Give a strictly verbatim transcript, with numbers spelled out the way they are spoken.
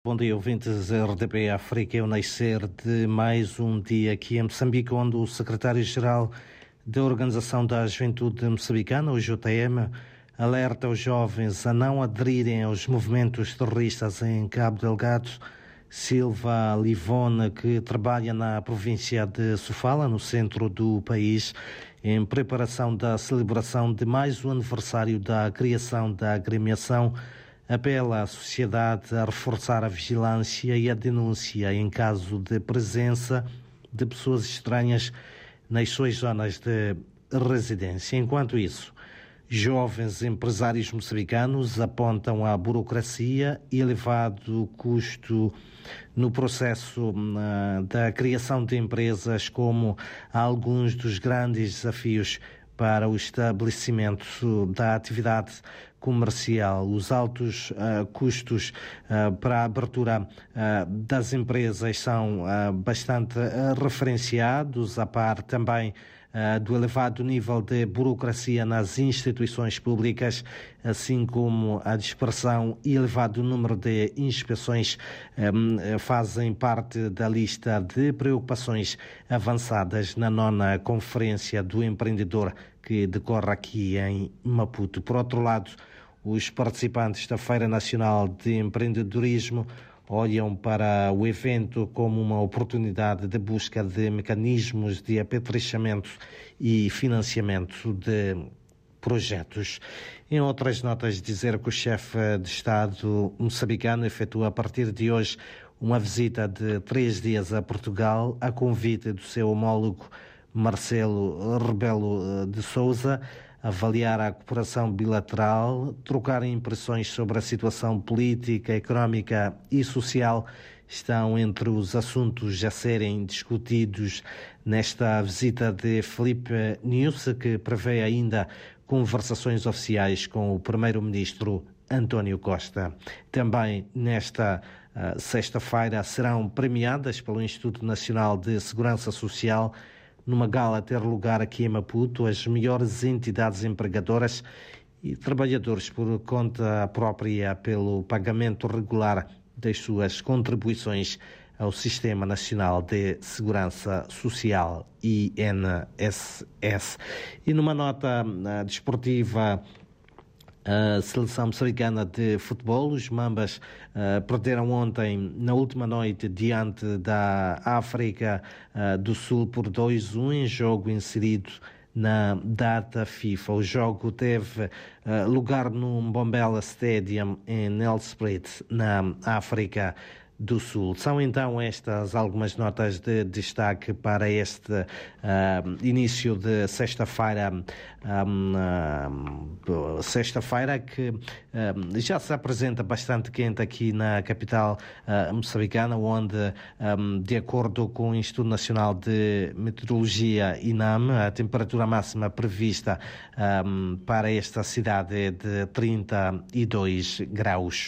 Bom dia, ouvintes da R D P África. É o nascer de mais um dia aqui em Moçambique, onde o secretário-geral da Organização da Juventude Moçambicana, o J M, alerta os jovens a não aderirem aos movimentos terroristas em Cabo Delgado. Silva Livona, que trabalha na província de Sofala, no centro do país, em preparação da celebração de mais um aniversário da criação da agremiação, apela à sociedade a reforçar a vigilância e a denúncia em caso de presença de pessoas estranhas nas suas zonas de residência. Enquanto isso, jovens empresários moçambicanos apontam a burocracia e elevado custo no processo uh, da criação de empresas como alguns dos grandes desafios para o estabelecimento da atividade comercial. Os altos uh, custos uh, para a abertura uh, das empresas são uh, bastante uh, referenciados, a par também uh, do elevado nível de burocracia nas instituições públicas, assim como a dispersão e elevado número de inspeções um, fazem parte da lista de preocupações avançadas na nona Conferência do Empreendedor, que decorre aqui em Maputo. Por outro lado, os participantes da Feira Nacional de Empreendedorismo olham para o evento como uma oportunidade de busca de mecanismos de apetrechamento e financiamento de projetos. Em outras notas, dizer que o chefe de Estado moçambicano efetua a partir de hoje uma visita de três dias a Portugal, a convite do seu homólogo Marcelo Rebelo de Sousa, avaliar a cooperação bilateral, trocar impressões sobre a situação política, económica e social, estão entre os assuntos a serem discutidos nesta visita de Filipe Nyusi, que prevê ainda conversações oficiais com o primeiro-ministro António Costa. Também nesta uh, sexta-feira serão premiadas pelo Instituto Nacional de Segurança Social, numa gala a ter lugar aqui em Maputo, as melhores entidades empregadoras e trabalhadores por conta própria pelo pagamento regular das suas contribuições ao Sistema Nacional de Segurança Social, I N S S. E numa nota uh, desportiva, a seleção moçambicana de futebol, os Mambas, uh, perderam ontem, na última noite, diante da África uh, do Sul por dois a um, em jogo inserido na data FIFA. O jogo teve uh, lugar no Mbombela Stadium em Nelspruit, na África do Sul. São então estas algumas notas de destaque para este uh, início de sexta-feira, um, uh, sexta-feira que uh, já se apresenta bastante quente aqui na capital uh, moçambicana, onde, um, de acordo com o Instituto Nacional de Meteorologia, INAM, a temperatura máxima prevista um, para esta cidade é de trinta e dois graus.